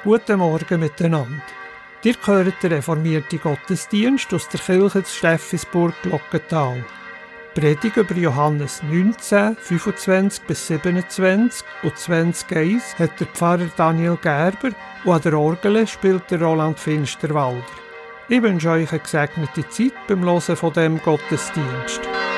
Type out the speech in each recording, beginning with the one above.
Guten Morgen miteinander. Ihr hört den reformierten Gottesdienst aus der Kirche zu Steffisburg-Glockental. Predigt über Johannes 19, 25 bis 27 und 20,1 hat der Pfarrer Daniel Gerber und an der Orgel spielt der Roland Finsterwalder. Ich wünsche euch eine gesegnete Zeit beim Hören von diesem Gottesdienst.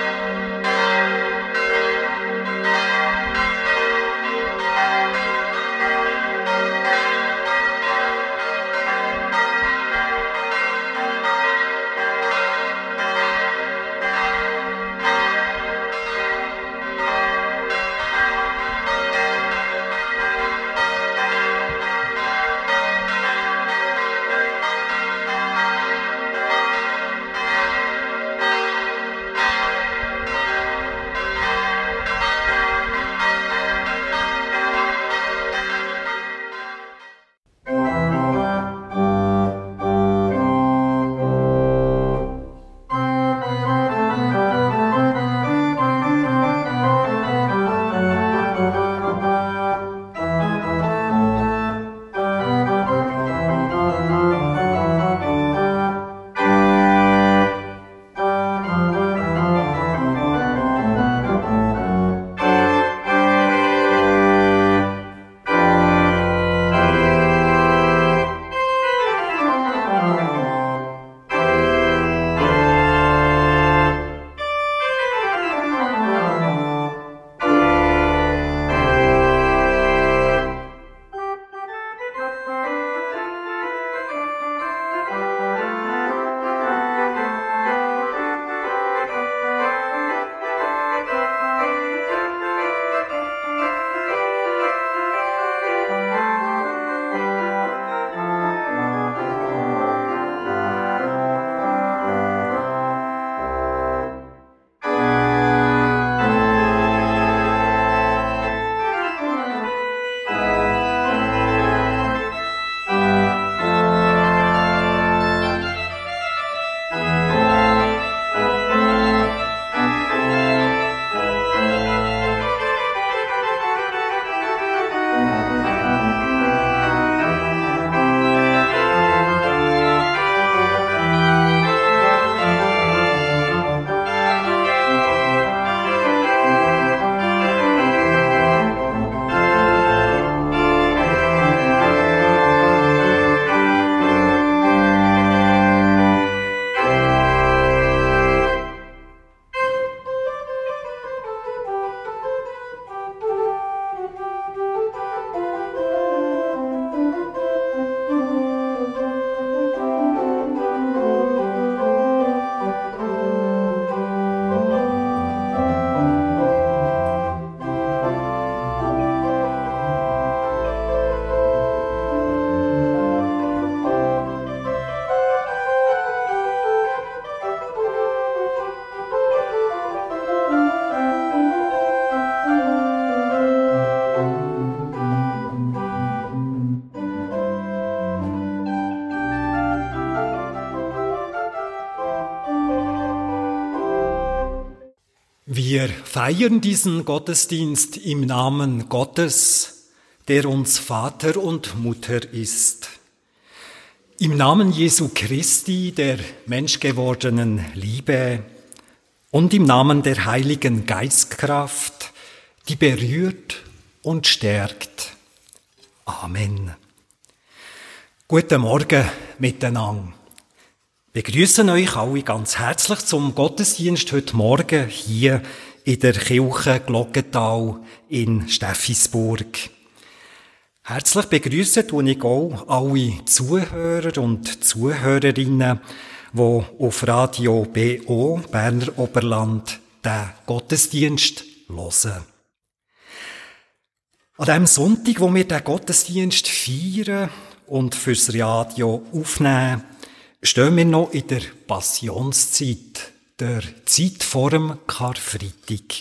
Wir feiern diesen Gottesdienst im Namen Gottes, der uns Vater und Mutter ist. Im Namen Jesu Christi, der menschgewordenen Liebe, und im Namen der Heiligen Geistkraft, die berührt und stärkt. Amen. Guten Morgen miteinander. Wir begrüßen euch alle ganz herzlich zum Gottesdienst heute Morgen hier in der Kirche Glockental in Steffisburg. Herzlich begrüßen tue ich auch alle Zuhörer und Zuhörerinnen, die auf Radio BO, Berner Oberland, den Gottesdienst hören. An diesem Sonntag, wo wir den Gottesdienst feiern und fürs Radio aufnehmen, stehen wir noch in der Passionszeit, der Zeit vor dem Karfreitag.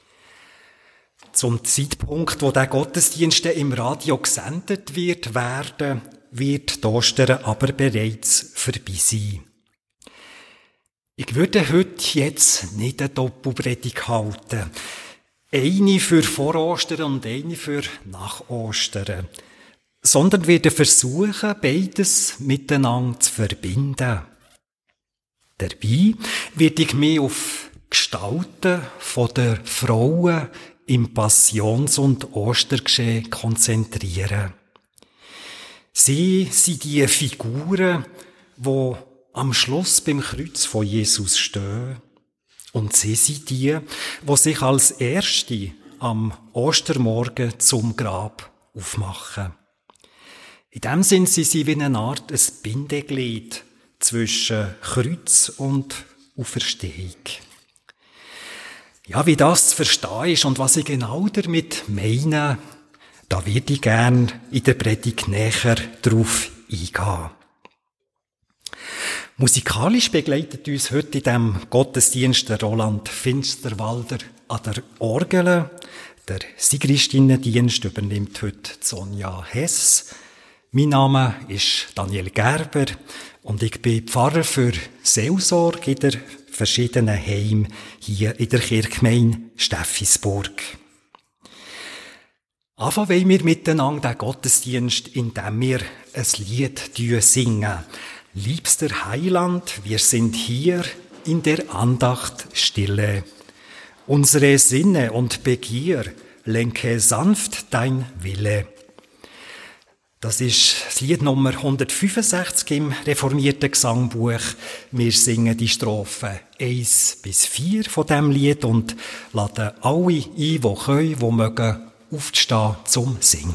Zum Zeitpunkt, wo der Gottesdienst im Radio gesendet wird, wird die Ostern aber bereits vorbei sein. Ich würde heute jetzt nicht eine Doppelpredigt halten. Eine für vor Ostern und eine für nach Ostern. sondern werde versuchen, beides miteinander zu verbinden. Dabei werde ich mich auf Gestalten von der Frauen im Passions- und Ostergeschehen konzentrieren. Sie sind die Figuren, die am Schluss beim Kreuz von Jesus stehen. Und sie sind die sich als Erste am Ostermorgen zum Grab aufmachen. In dem Sinn sind sie wie eine Art ein Bindeglied zwischen Kreuz und Auferstehung. Ja, wie das zu verstehen ist und was ich genau damit meine, da würde ich gerne in der Predigt näher drauf eingehen. Musikalisch begleitet uns heute in diesem Gottesdienst der Roland Finsterwalder an der Orgel. Der Sigristinnendienst übernimmt heute Sonja Hess. Mein Name ist Daniel Gerber und ich bin Pfarrer für Seelsorge in der verschiedenen Heimen hier in der Kirchgemeinde Steffisburg. Anfangen wollen wir miteinander den Gottesdienst, indem wir ein Lied singen. Liebster Heiland, wir sind hier in der Andacht stille. Unsere Sinne und Begier lenke sanft dein Wille. Das ist das Lied Nummer 165 im reformierten Gesangbuch. Wir singen die Strophen 1 bis 4 von diesem Lied und laden alle ein, die können, die mögen, aufzustehen zum Singen.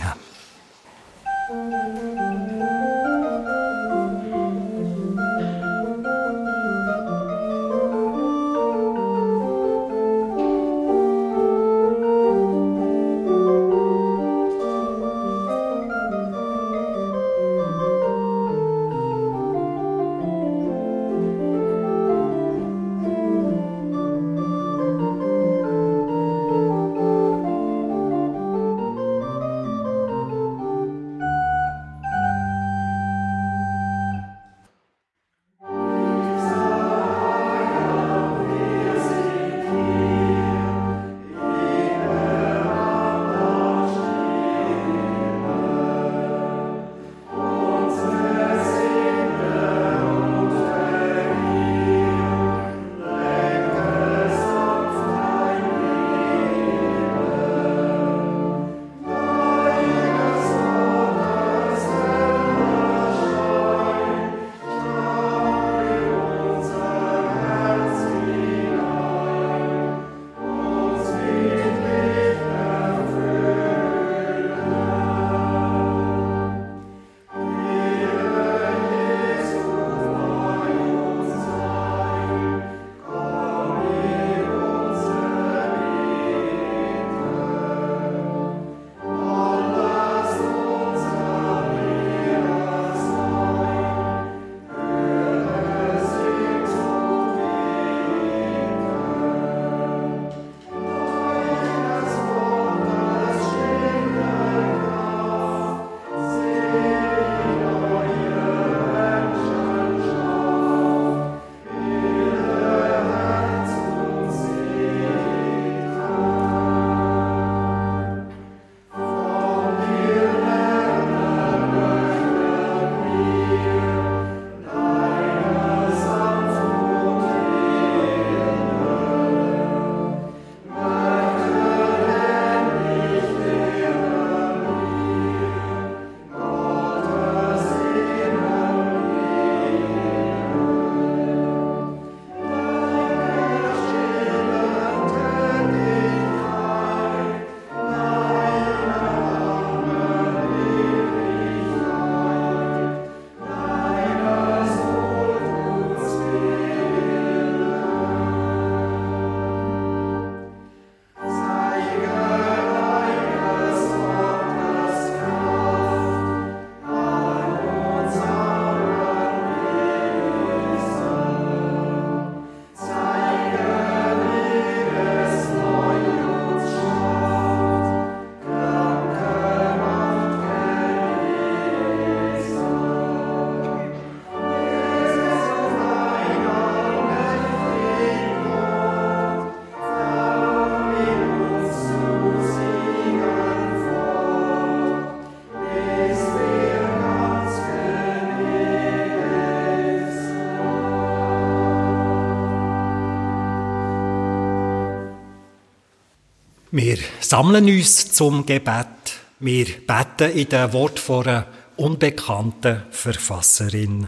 Wir sammeln uns zum Gebet. Wir beten in den Worten von einer unbekannten Verfasserin.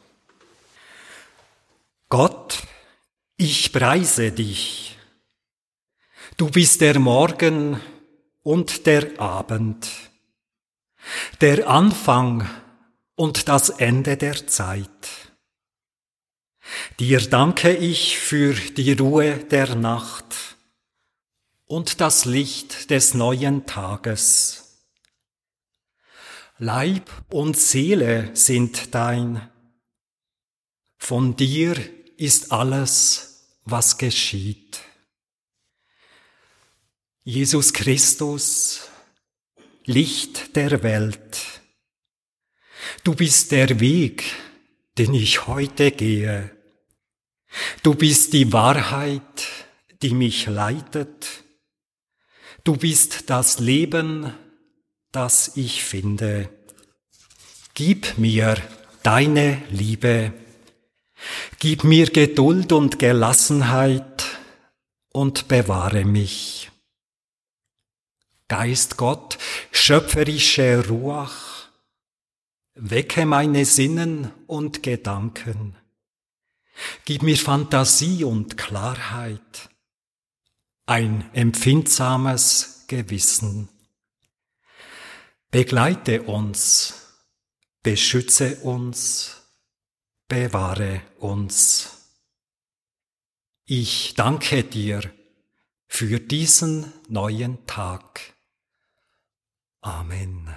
Gott, ich preise dich. Du bist der Morgen und der Abend, der Anfang und das Ende der Zeit. Dir danke ich für die Ruhe der Nacht und das Licht des neuen Tages. Leib und Seele sind dein. Von dir ist alles, was geschieht. Jesus Christus, Licht der Welt. Du bist der Weg, den ich heute gehe. Du bist die Wahrheit, die mich leitet. Du bist das Leben, das ich finde. Gib mir deine Liebe. Gib mir Geduld und Gelassenheit und bewahre mich. Geist Gott, schöpferische Ruach, wecke meine Sinnen und Gedanken. Gib mir Fantasie und Klarheit, ein empfindsames Gewissen. Begleite uns, beschütze uns, bewahre uns. Ich danke dir für diesen neuen Tag. Amen.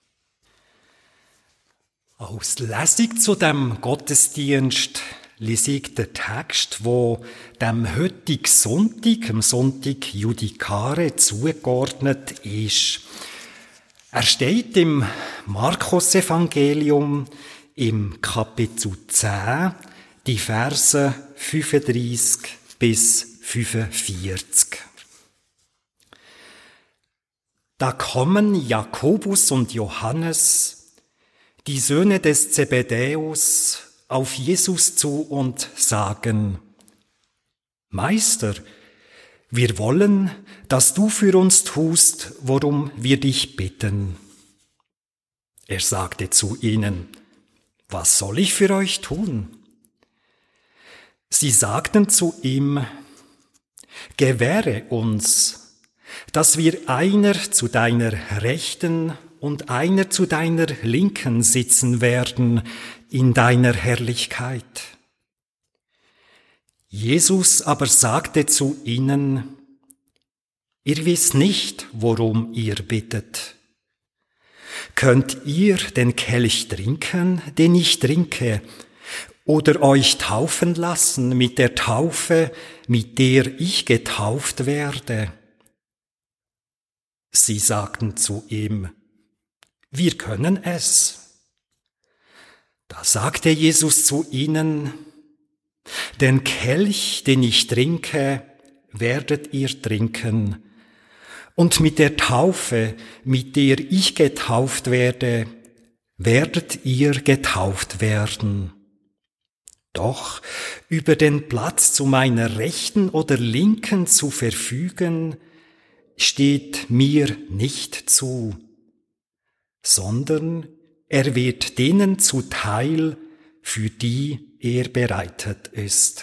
Als Lesung zu dem Gottesdienst lese ich den Text, wo dem heutigen Sonntag, dem Sonntag Judicare, zugeordnet ist. Er steht im Markus-Evangelium im Kapitel 10, die Verse 35 bis 45. Da kommen Jakobus und Johannes, die Söhne des Zebedäus, auf Jesus zu und sagen: Meister, wir wollen, dass du für uns tust, worum wir dich bitten. Er sagte zu ihnen: Was soll ich für euch tun? Sie sagten zu ihm: Gewähre uns, dass wir einer zu deiner Rechten und einer zu deiner Linken sitzen werden in deiner Herrlichkeit. Jesus aber sagte zu ihnen: Ihr wisst nicht, worum ihr bittet. Könnt ihr den Kelch trinken, den ich trinke, oder euch taufen lassen mit der Taufe, mit der ich getauft werde? Sie sagten zu ihm: Wir können es. Da sagte Jesus zu ihnen: Den Kelch, den ich trinke, werdet ihr trinken, und mit der Taufe, mit der ich getauft werde, werdet ihr getauft werden. Doch über den Platz zu meiner Rechten oder Linken zu verfügen, steht mir nicht zu, sondern er wird denen zuteil, für die er bereitet ist.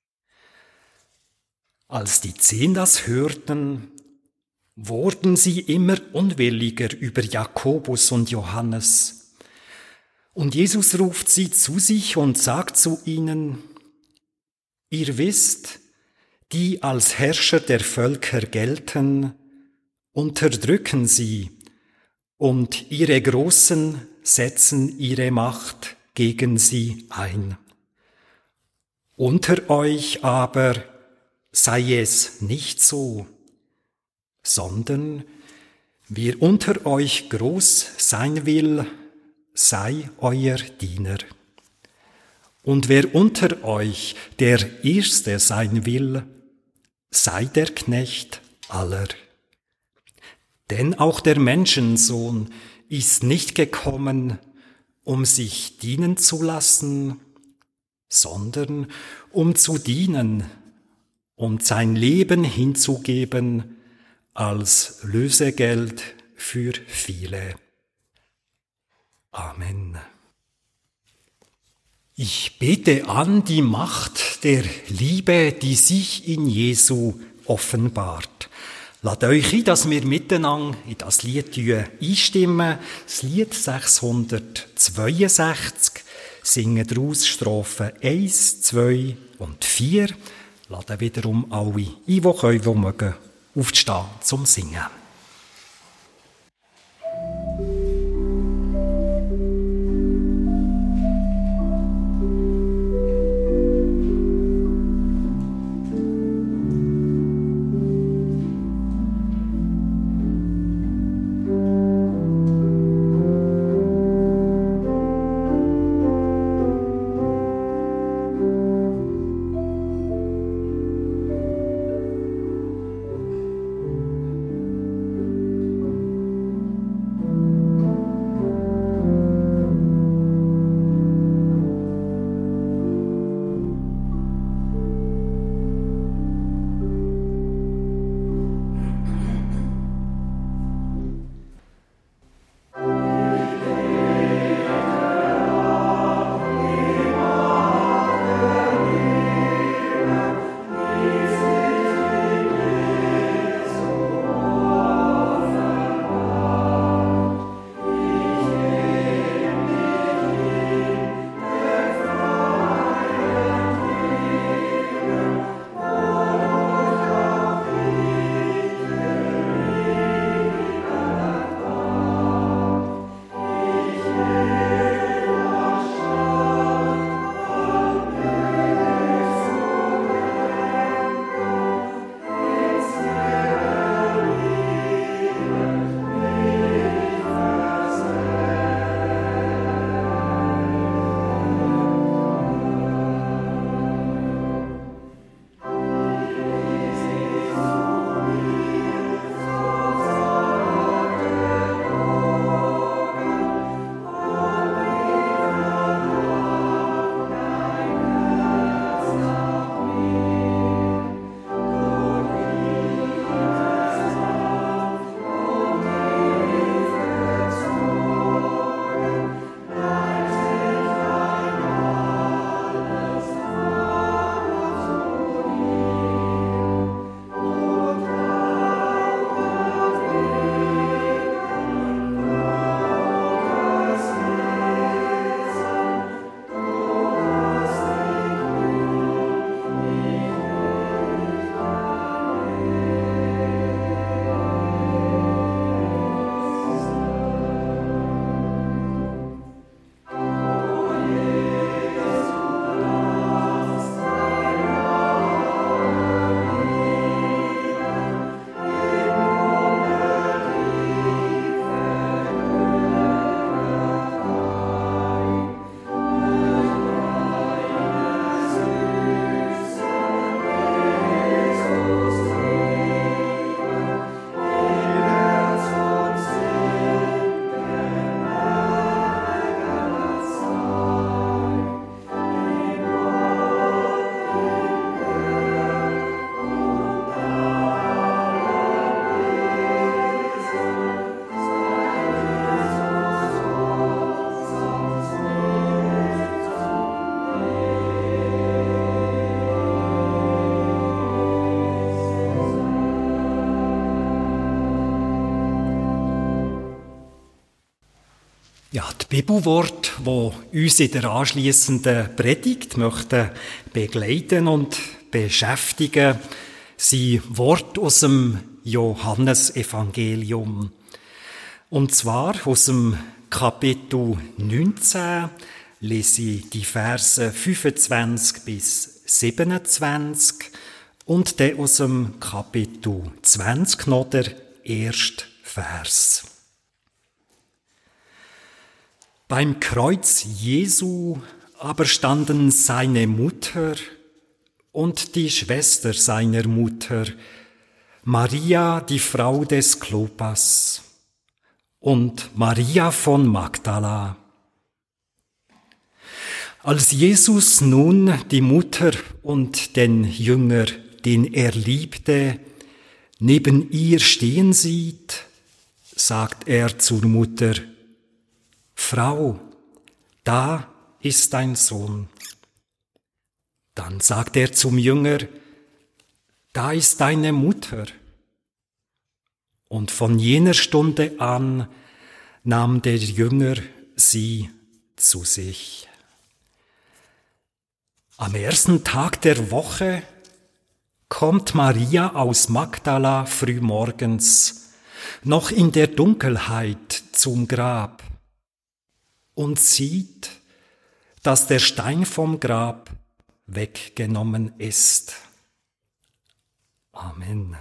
Als die 10 das hörten, wurden sie immer unwilliger über Jakobus und Johannes. Und Jesus ruft sie zu sich und sagt zu ihnen: Ihr wisst, die als Herrscher der Völker gelten, unterdrücken sie, und ihre Großen setzen ihre Macht gegen sie ein. Unter euch aber sei es nicht so, sondern wer unter euch groß sein will, sei euer Diener. Und wer unter euch der Erste sein will, sei der Knecht aller. Denn auch der Menschensohn ist nicht gekommen, um sich dienen zu lassen, sondern um zu dienen und sein Leben hinzugeben als Lösegeld für viele. Amen. Ich bete an die Macht der Liebe, die sich in Jesu offenbart. Lasst euch ein, dass wir miteinander in das Lied einstimmen. Das Lied 662, singen daraus Strophen 1, 2 und 4. Laden wiederum alle ein, die können, die mögen, aufstehen zum Singen. Ja, die Bibelworte, die uns in der anschliessenden Predigt möchten begleiten und beschäftigen, sind Worte aus dem Johannesevangelium. Und zwar aus dem Kapitel 19 lese ich die Verse 25 bis 27 und dann aus dem Kapitel 20 noch der erste Vers. Beim Kreuz Jesu aber standen seine Mutter und die Schwester seiner Mutter, Maria, die Frau des Klopas, und Maria von Magdala. Als Jesus nun die Mutter und den Jünger, den er liebte, neben ihr stehen sieht, sagt er zur Mutter: Frau, da ist dein Sohn. Dann sagt er zum Jünger: Da ist deine Mutter. Und von jener Stunde an nahm der Jünger sie zu sich. Am ersten Tag der Woche kommt Maria aus Magdala frühmorgens, noch in der Dunkelheit, zum Grab und sieht, dass der Stein vom Grab weggenommen ist. Amen.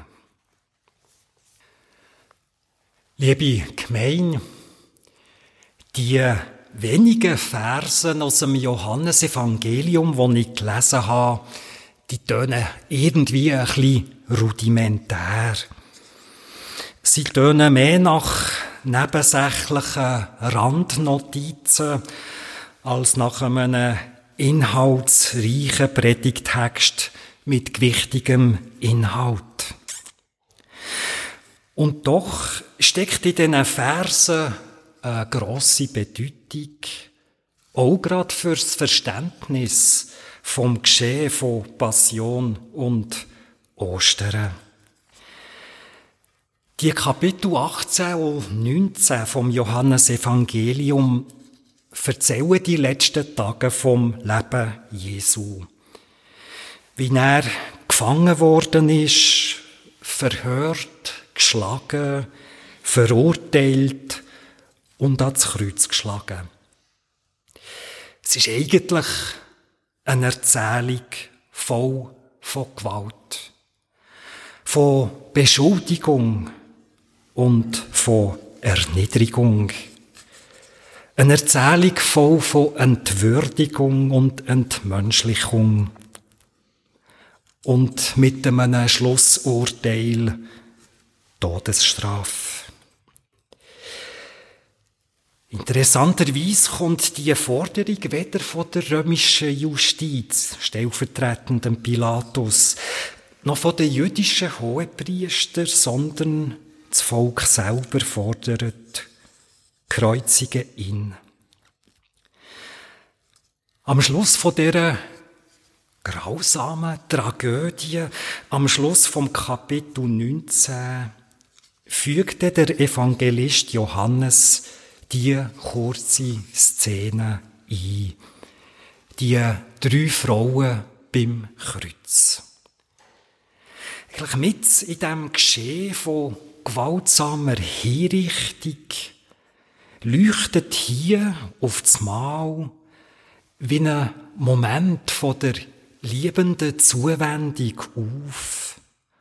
Liebe Gemeinde, die wenigen Versen aus dem Johannesevangelium, die ich gelesen habe, die tönen irgendwie ein bisschen rudimentär. Sie tönen mehr nach nebensächlichen Randnotizen als nach einem inhaltsreichen Predigttext mit gewichtigem Inhalt. Und doch steckt in diesen Versen eine grosse Bedeutung, auch gerade fürs Verständnis vom Geschehen von Passion und Ostern. Die Kapitel 18 und 19 vom Johannesevangelium erzählen die letzten Tage vom Leben Jesu. Wie er gefangen worden ist, verhört, geschlagen, verurteilt und ans Kreuz geschlagen. Es ist eigentlich eine Erzählung voll von Gewalt, von Beschuldigung und von Erniedrigung. Eine Erzählung voll von Entwürdigung und Entmenschlichung. Und mit einem Schlussurteil Todesstrafe. Interessanterweise kommt diese Forderung weder von der römischen Justiz, stellvertretend Pilatus, noch von den jüdischen Hohenpriestern, sondern das Volk selber fordert: Kreuzige ihn. Am Schluss von dieser grausamen Tragödie, am Schluss vom Kapitel 19, fügte der Evangelist Johannes die kurze Szene ein. Die 3 Frauen beim Kreuz. Eigentlich mit in diesem Geschehen von gewaltsamer Hinrichtung leuchtet hier auf das Mal wie ein Moment von der liebenden Zuwendung auf.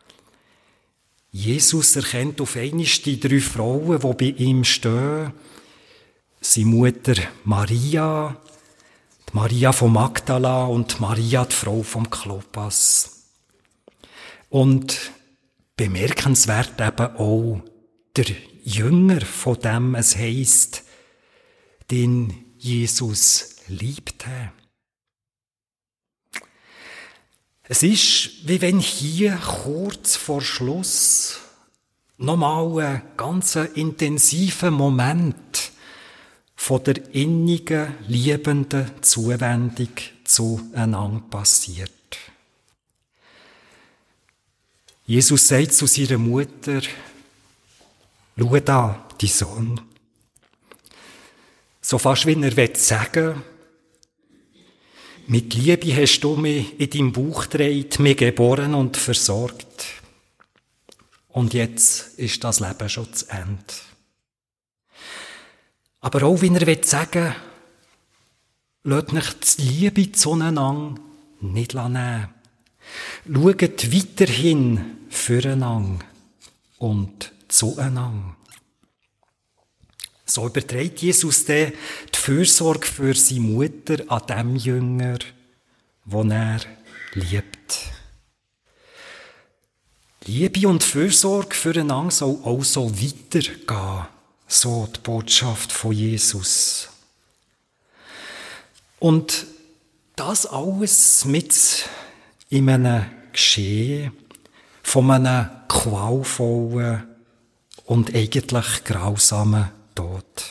Jesus erkennt auf einmal die 3 Frauen, die bei ihm stehen. Seine Mutter Maria, die Maria von Magdala und Maria, die Frau vom Klopas. Und bemerkenswert eben auch der Jünger, von dem es heisst, den Jesus liebte. Es ist, wie wenn hier kurz vor Schluss nochmal ein ganz intensiver Moment von der innigen, liebenden Zuwendung zueinander passiert. Jesus sagt zu seiner Mutter: Schau da, dein Sohn. So fast wie er sagen will: Mit Liebe hast du mich in deinem Bauch getragen, mich geboren und versorgt. Und jetzt ist das Leben schon zu Ende. Aber auch wenn er sagen will, lasst euch die Liebe zueinander nicht nehmen. Schaut weiterhin füreinander und zueinander. So überträgt Jesus die Fürsorge für seine Mutter an dem Jünger, den er liebt. Liebe und Fürsorge füreinander soll auch so weitergehen, so die Botschaft von Jesus. Und das alles mit in einem Geschehen von einem qualvollen und eigentlich grausamen Tod.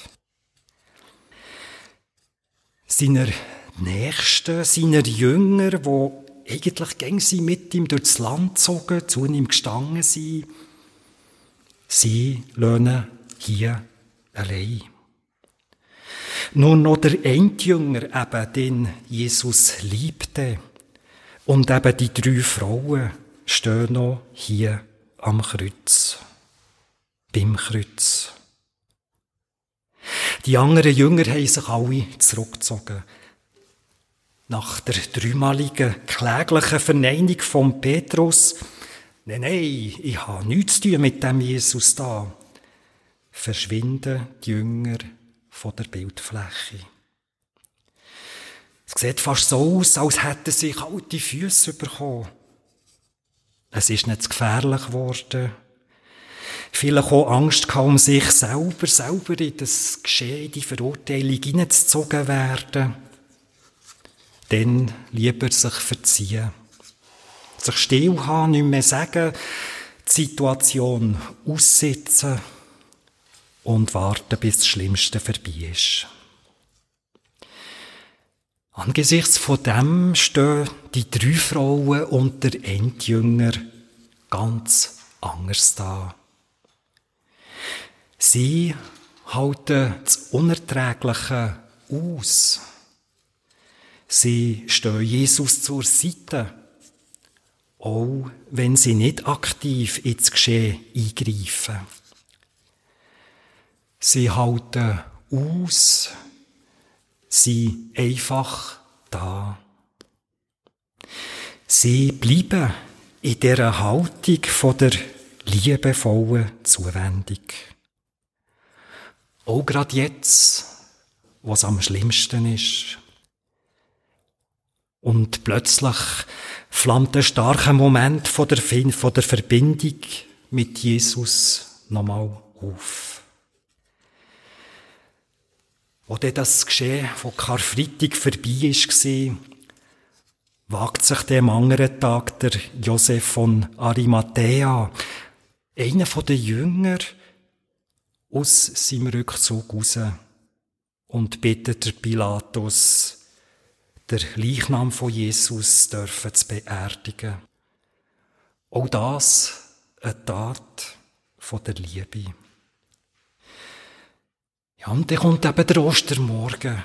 Seiner Nächsten, seiner Jünger, die eigentlich gäng sie mit ihm durchs Land gezogen, zu ihm gestanden sind, sie lassen hier allein. Nur noch der Endjünger, eben, den Jesus liebte, und eben die 3 Frauen stehen noch hier am Kreuz, beim Kreuz. Die anderen Jünger haben sich alle zurückgezogen. Nach der 3-maligen kläglichen Verneinung von Petrus, nein, ich habe nichts zu tun mit dem Jesus da, verschwinden die Jünger von der Bildfläche. Es sieht fast so aus, als hätten sie kalte Füße bekommen. Es ist nicht zu gefährlich geworden. Viele haben Angst gehabt, um sich selber in das Geschehen, in die Verurteilung hineingezogen werden. Dann lieber sich verziehen. Sich still haben, nicht mehr sagen, die Situation aussitzen und warten, bis das Schlimmste vorbei ist. Angesichts von dem stehen die 3 Frauen und der Endjünger ganz anders da. Sie halten das Unerträgliche aus. Sie stehen Jesus zur Seite, auch wenn sie nicht aktiv ins Geschehen eingreifen. Sie halten aus, sind einfach da. Sie bleiben in dieser Haltung von der liebevollen Zuwendung. Auch gerade jetzt, wo es am schlimmsten ist. Und plötzlich flammt ein starker Moment von der Verbindung mit Jesus nochmal auf. Wo dann das Geschehen von Karfreitag vorbei war, wagt sich am anderen Tag der Josef von Arimathäa, einer der Jünger, aus seinem Rückzug raus und bittet der Pilatus, der Leichnam von Jesus dürfen zu beerdigen. Auch das eine Tat von der Liebe. Ja, und dann kommt eben der Ostermorgen.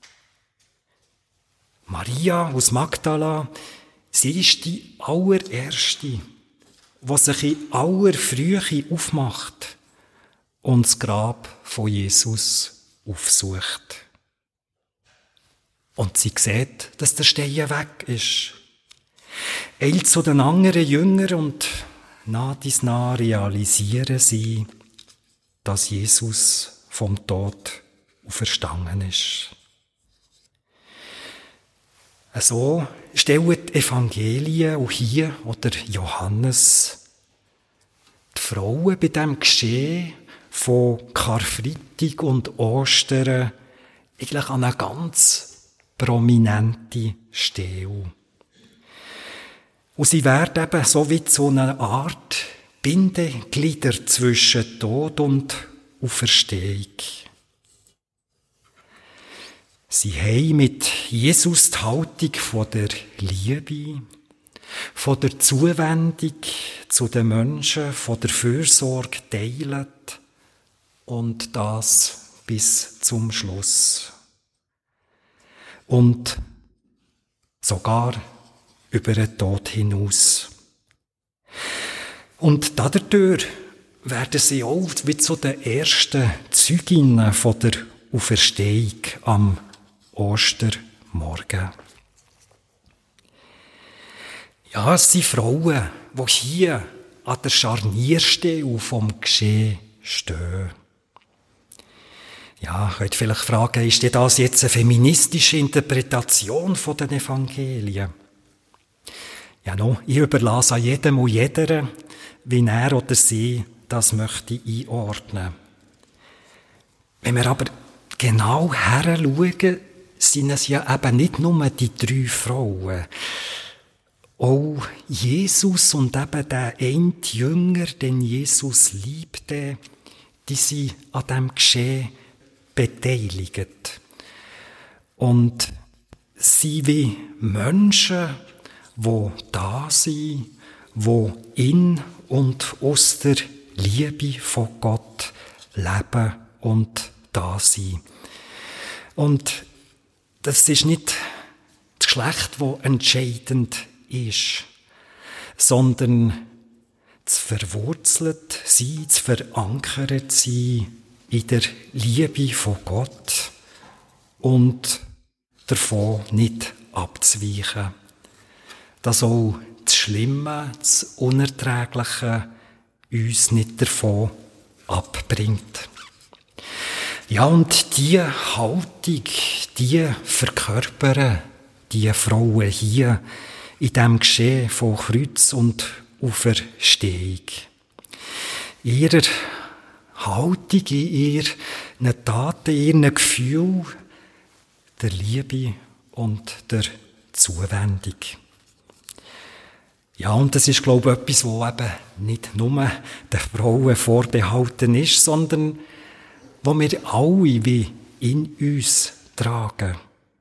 Maria aus Magdala, sie ist die allererste, die sich in aller Frühe aufmacht und das Grab von Jesus aufsucht. Und sie sieht, dass der Stein weg ist. Eilt zu den anderen Jüngern und nah realisieren sie, dass Jesus vom Tod auferstanden ist. So stellen die Evangelien auch hier oder Johannes die Frauen bei diesem Geschehen von Karfreitag und Ostern eigentlich an eine ganz prominente Stelle. Und sie werden eben so wie zu einer Art Bindeglieder zwischen Tod und Auferstehung. Sie haben mit Jesus die Haltung von der Liebe, von der Zuwendung zu den Menschen, von der Fürsorge teilt und das bis zum Schluss. Und sogar über den Tod hinaus. Und dadurch werden sie auch wie zu den ersten Zeuginnen von der Auferstehung am Ostermorgen. Ja, es sind Frauen, die hier an der Scharnierstelle vom Geschehen stehen. Ja, könnt vielleicht fragen, ist das jetzt eine feministische Interpretation von den Evangelien? Ja, ich überlasse an jedem und jeder, wie er oder sie das möchte einordnen. Wenn wir aber genau heranschauen, sind es ja eben nicht nur die 3 Frauen. auch Jesus und eben der eine Jünger, den Jesus liebte, die sind an diesem Geschehen beteiligt. Und sie wie Menschen, die da sind, die in und aus der Liebe von Gott leben und da sind. Und das ist nicht das Geschlecht, das entscheidend ist, sondern das verwurzelt sein, das verankert sein in der Liebe von Gott und davon nicht abzuweichen. Dass auch das Schlimme, das Unerträgliche uns nicht davon abbringt. Ja, und diese Haltung, die verkörpern die Frauen hier in diesem Geschehen von Kreuz und Auferstehung. In ihrer Haltung, in ihren Taten, in ihren Gefühlen, der Liebe und der Zuwendung. Ja, und das ist, glaube ich, etwas, was eben nicht nur den Frauen vorbehalten ist, sondern was wir alle wie in uns tragen.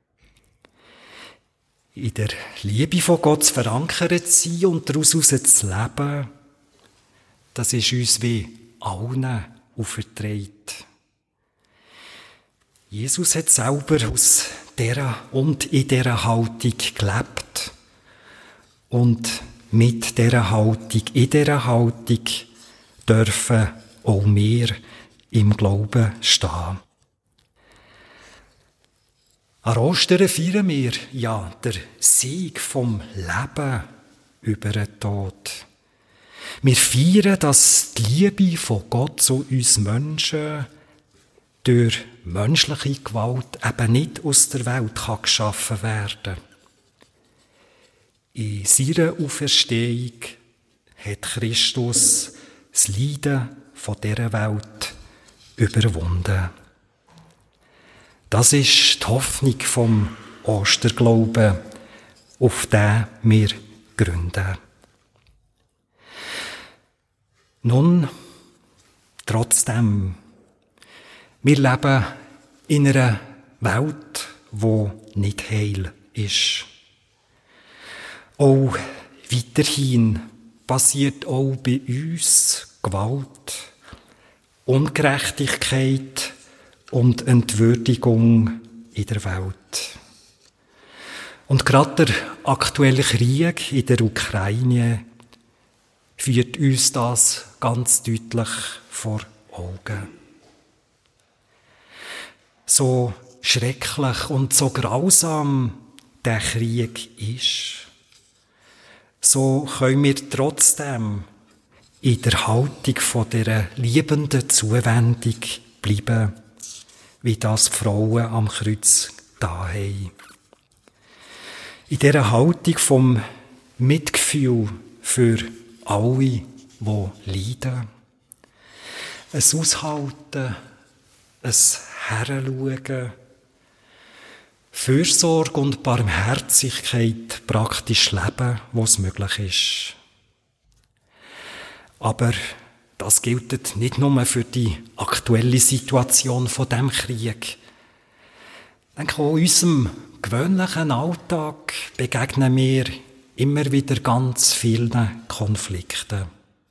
In der Liebe von Gott verankert zu sein und daraus zu leben, das ist uns wie allen aufertragen. Jesus hat selber aus dieser und in dieser Haltung gelebt. Und mit dieser Haltung, in dieser Haltung dürfen auch wir im Glauben stehen. An Ostern feiern wir ja den Sieg vom Leben über den Tod. Wir feiern, dass die Liebe von Gott zu uns Menschen durch menschliche Gewalt eben nicht aus der Welt geschaffen werden kann. In seiner Auferstehung hat Christus das Leiden von dieser Welt überwunden. Das ist die Hoffnung vom Osterglauben, auf den wir gründen. Nun, trotzdem, wir leben in einer Welt, die nicht heil ist. Auch weiterhin passiert auch bei uns Gewalt, Ungerechtigkeit und Entwürdigung in der Welt. Und gerade der aktuelle Krieg in der Ukraine führt uns das ganz deutlich vor Augen. So schrecklich und so grausam der Krieg ist, so können wir trotzdem in der Haltung von dieser liebenden Zuwendung bleiben, wie das die Frauen am Kreuz da haben. In dieser Haltung vom Mitgefühl für alle, die leiden. Ein Aushalten, ein Heranschauen, Fürsorge und Barmherzigkeit praktisch leben, was möglich ist. Aber das gilt nicht nur für die aktuelle Situation von dem Krieg. Ich denke, auch in unserem gewöhnlichen Alltag begegnen wir immer wieder ganz vielen Konflikten.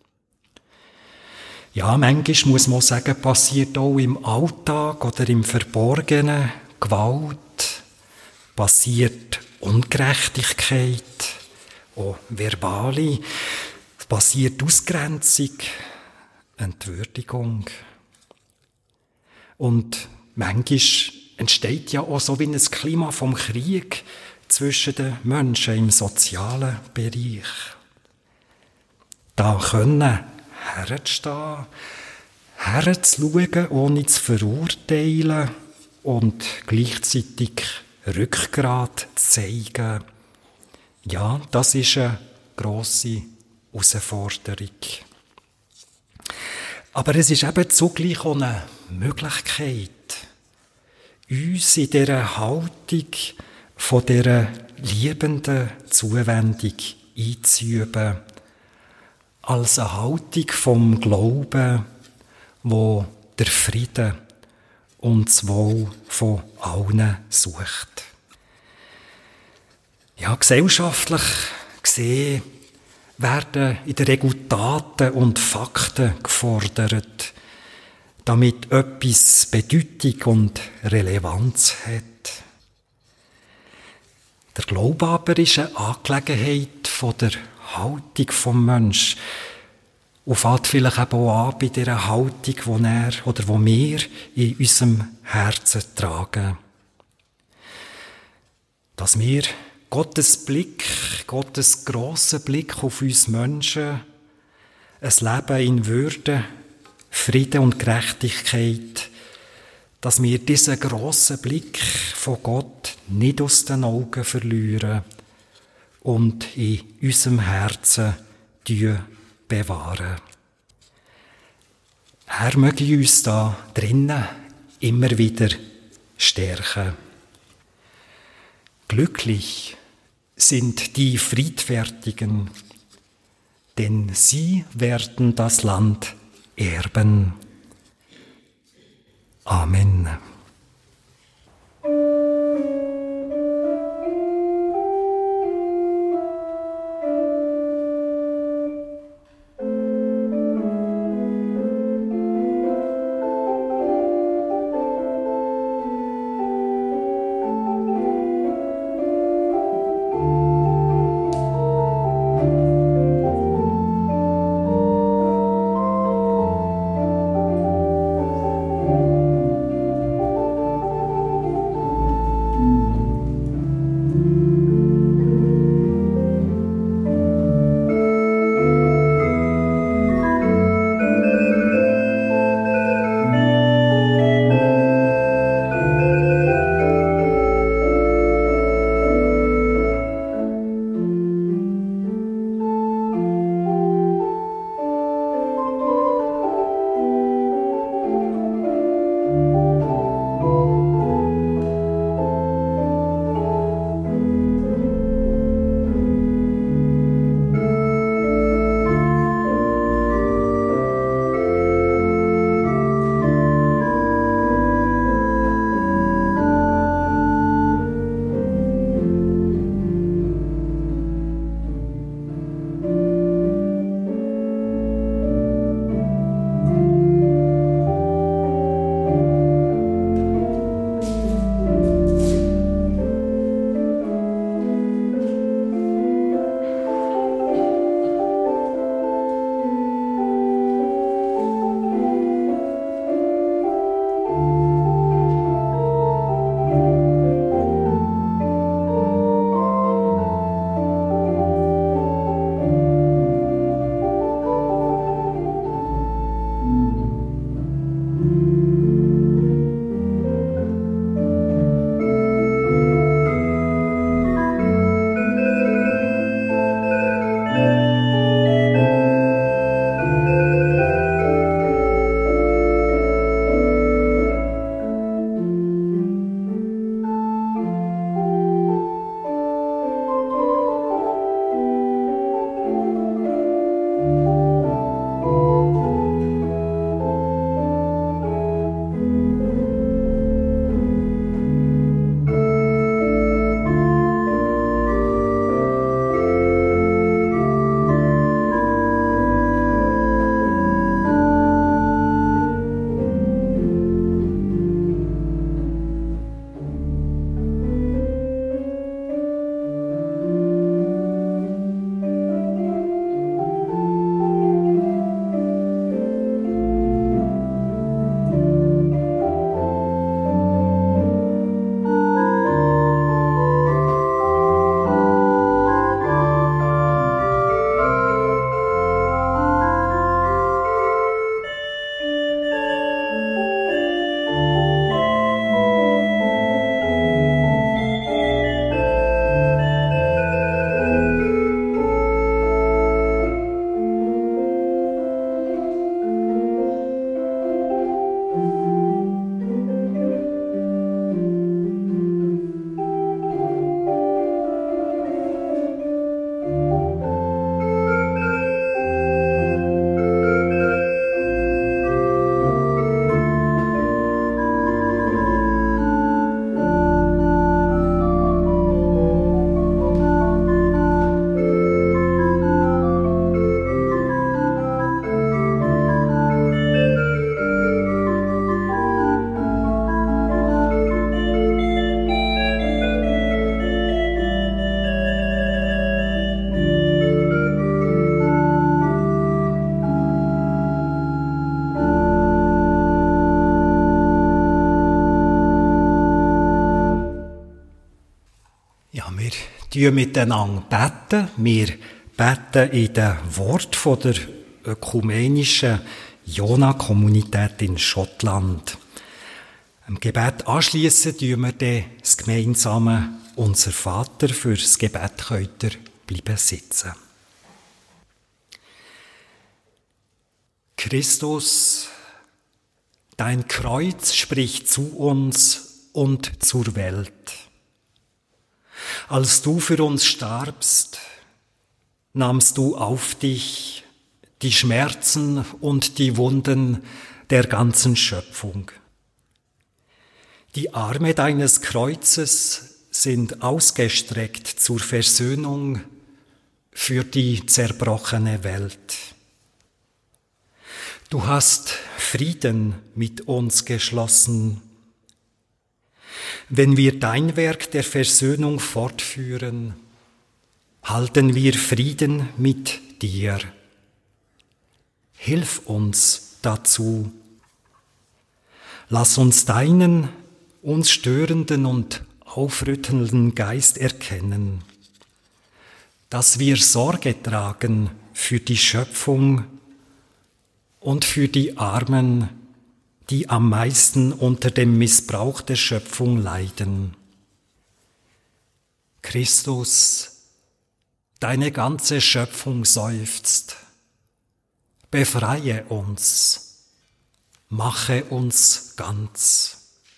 Ja, manchmal muss man sagen, passiert auch im Alltag oder im Verborgenen Gewalt, passiert Ungerechtigkeit, auch verbale, passiert Ausgrenzung, Entwürdigung. Und manchmal entsteht ja auch so wie ein Klima vom Krieg zwischen den Menschen im sozialen Bereich. Da können herzustehen, herzuschauen, ohne zu verurteilen und gleichzeitig Rückgrat zu zeigen. Ja, das ist eine grosse Herausforderung. Aber es ist eben zugleich auch eine Möglichkeit, uns in dieser Haltung von dieser liebenden Zuwendung einzuüben, als eine Haltung vom Glauben, wo der Frieden und das Wohl von allen sucht. Ja, gesellschaftlich gesehen werden in der Regel Taten und Fakten gefordert, damit etwas Bedeutung und Relevanz hat. Der Glaube aber ist eine Angelegenheit von der Haltung des Menschen und fängt vielleicht eben auch an bei dieser Haltung, die wir in unserem Herzen tragen. Dass wir Gottes grossen Blick auf uns Menschen, ein Leben in Würde, Frieden und Gerechtigkeit, dass wir diesen grossen Blick von Gott nicht aus den Augen verlieren und in unserem Herzen bewahren. Er möge uns da drinnen immer wieder stärken. Glücklich sind die Friedfertigen, denn sie werden das Land erben. Amen. Ja, wir beten miteinander. Wir beten in den Wort von der ökumenischen Jona-Kommunität in Schottland. Im Gebet anschliessen tun wir dann das gemeinsame Unser Vater. Für das Gebet könnt ihr bleiben sitzen. Christus, dein Kreuz spricht zu uns und zur Welt. Als du für uns starbst, nahmst du auf dich die Schmerzen und die Wunden der ganzen Schöpfung. Die Arme deines Kreuzes sind ausgestreckt zur Versöhnung für die zerbrochene Welt. Du hast Frieden mit uns geschlossen. Wenn wir dein Werk der Versöhnung fortführen, halten wir Frieden mit dir. Hilf uns dazu. Lass uns deinen uns störenden und aufrüttelnden Geist erkennen, dass wir Sorge tragen für die Schöpfung und für die Armen, die am meisten unter dem Missbrauch der Schöpfung leiden. Christus, deine ganze Schöpfung seufzt. Befreie uns, mache uns ganz.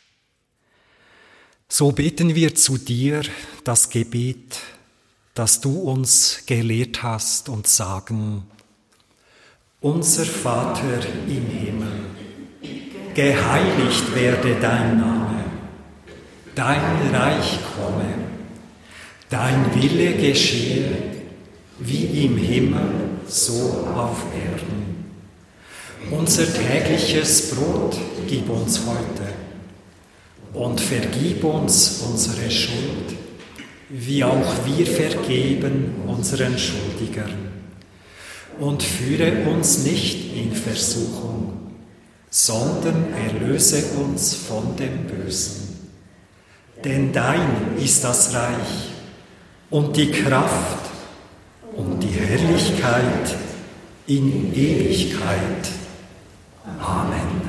So beten wir zu dir das Gebet, das du uns gelehrt hast, und sagen: Unser Vater im Himmel, geheiligt werde dein Name, dein Reich komme, dein Wille geschehe, wie im Himmel, so auf Erden. Unser tägliches Brot gib uns heute und vergib uns unsere Schuld, wie auch wir vergeben unseren Schuldigern. Und führe uns nicht in Versuchung, sondern erlöse uns von dem Bösen. Denn dein ist das Reich und die Kraft und die Herrlichkeit in Ewigkeit. Amen.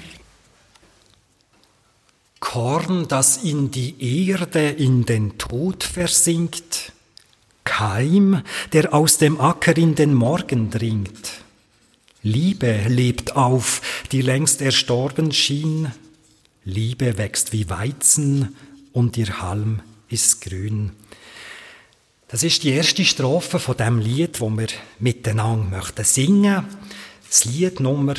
Korn, das in die Erde, in den Tod versinkt, Keim, der aus dem Acker in den Morgen dringt. Liebe lebt auf, die längst erstorben schien. Liebe wächst wie Weizen und ihr Halm ist grün. Das ist die erste Strophe von dem Lied, wo wir miteinander möchten singen. Das Lied Nummer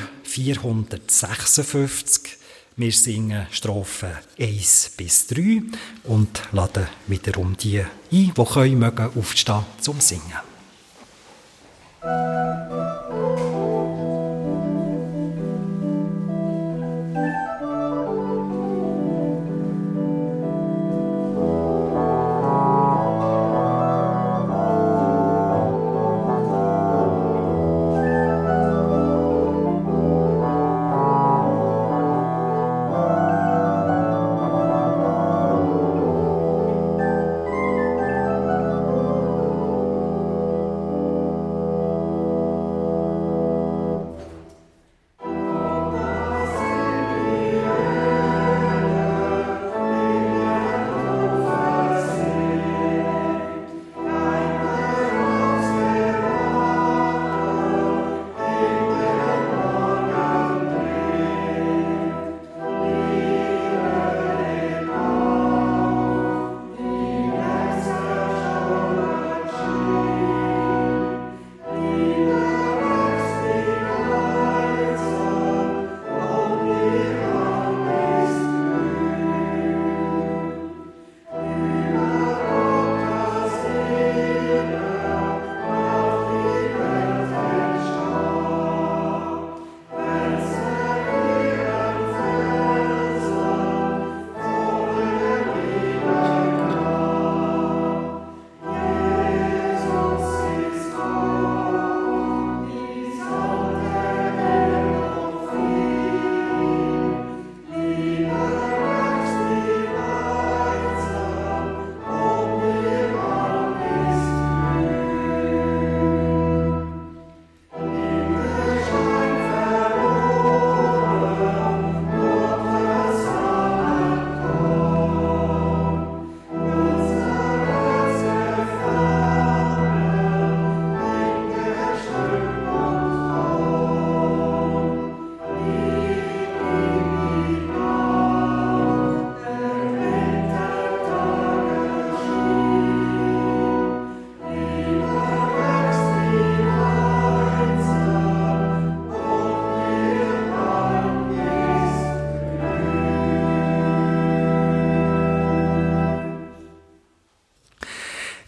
456. Wir singen Strophen 1 bis 3 und laden wiederum die ein, die können, mögen aufstehen zum Singen.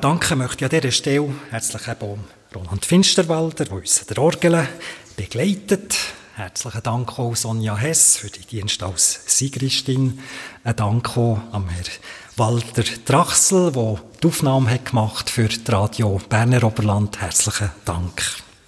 Danke möchte ich an dieser Stelle herzlich eben Roland Finsterwalder, der uns an der Orgel begleitet. Herzlichen Dank auch Sonja Hess für die Dienste als Sigristin. Ein Dank auch am Herrn Walter Drachsel, der die Aufnahme gemacht hat für die Radio Berner Oberland. Herzlichen Dank.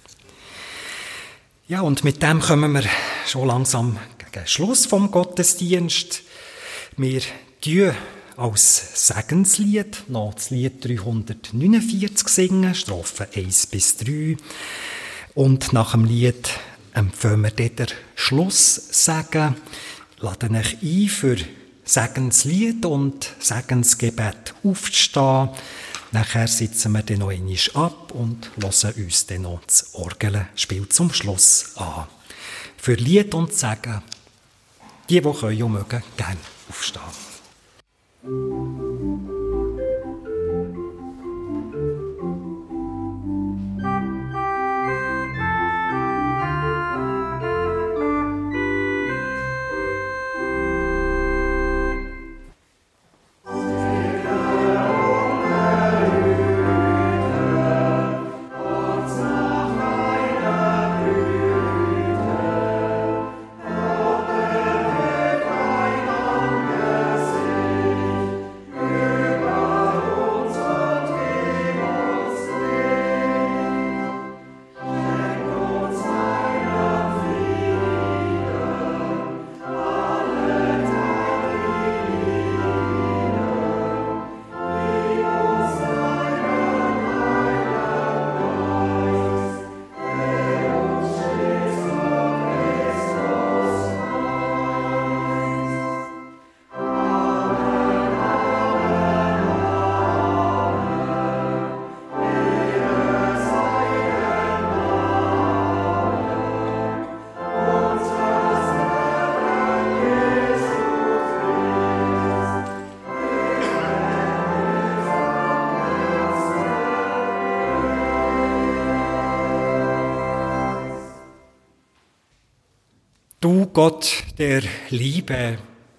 Ja, und mit dem kommen wir schon langsam gegen Schluss vom Gottesdienst. Wir tun als Segenslied noch das Lied 349 singen, Strophen 1 bis 3. Und nach dem Lied empfehlen wir dann den Schlusssegen. Laden euch ein, für Segenslied und Segensgebet aufzustehen. Nachher sitzen wir dann noch einmal ab und hören uns dann noch das Orgelspiel zum Schluss an. Für Lied und Segen, die können und mögen, gerne aufstehen. Du Gott der Liebe,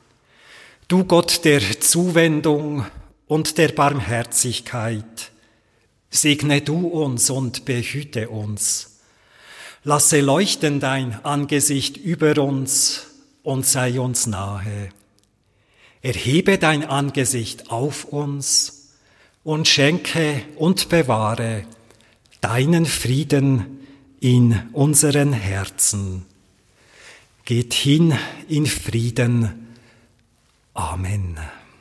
du Gott der Zuwendung und der Barmherzigkeit, segne du uns und behüte uns. Lasse leuchten dein Angesicht über uns und sei uns nahe. Erhebe dein Angesicht auf uns und schenke und bewahre deinen Frieden in unseren Herzen. Geht hin in Frieden. Amen.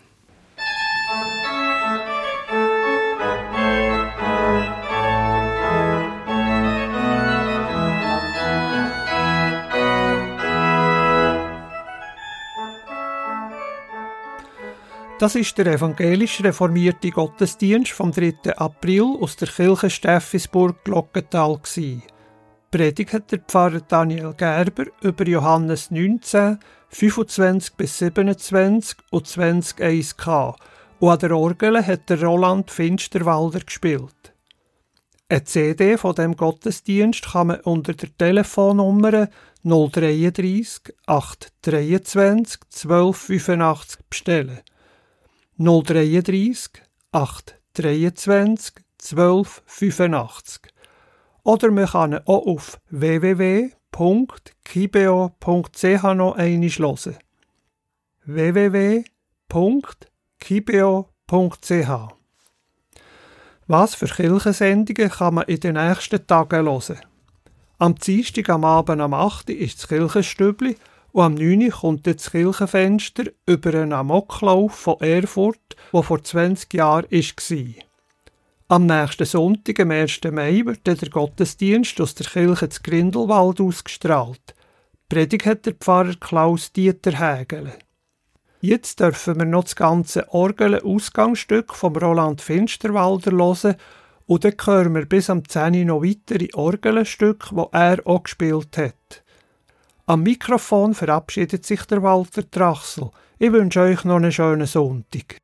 Das ist der evangelisch reformierte Gottesdienst vom 3. April aus der Kirche Steffisburg Glockental gsi. Predigt hat der Pfarrer Daniel Gerber über Johannes 19, 25 bis 27 und 20,1 gehabt. Und an der Orgel hat der Roland Finsterwalder gespielt. Eine CD von dem Gottesdienst kann man unter der Telefonnummer 033 823 1285 bestellen. 033 823 1285. Oder man kann ihn auch auf www.kibeo.ch noch einmal hören. www.kibeo.ch. Was für Kirchensendungen kann man in den nächsten Tagen hören? Am Dienstag am Abend am 8. ist das Kirchenstübli und am 9. kommt das Kirchenfenster über einen Amoklauf von Erfurt, der vor 20 Jahren war. Am nächsten Sonntag, am 1. Mai, wird der Gottesdienst aus der Kirche zu Grindelwald ausgestrahlt. Predigt hat der Pfarrer Klaus-Dieter Hägele. Jetzt dürfen wir noch das ganze Orgel-Ausgangsstück vom Roland Finsterwalder hören und dann hören wir bis am 10 Uhr noch weitere Orgelstücke, die er auch gespielt hat. Am Mikrofon verabschiedet sich der Walter Drachsel. Ich wünsche euch noch einen schönen Sonntag.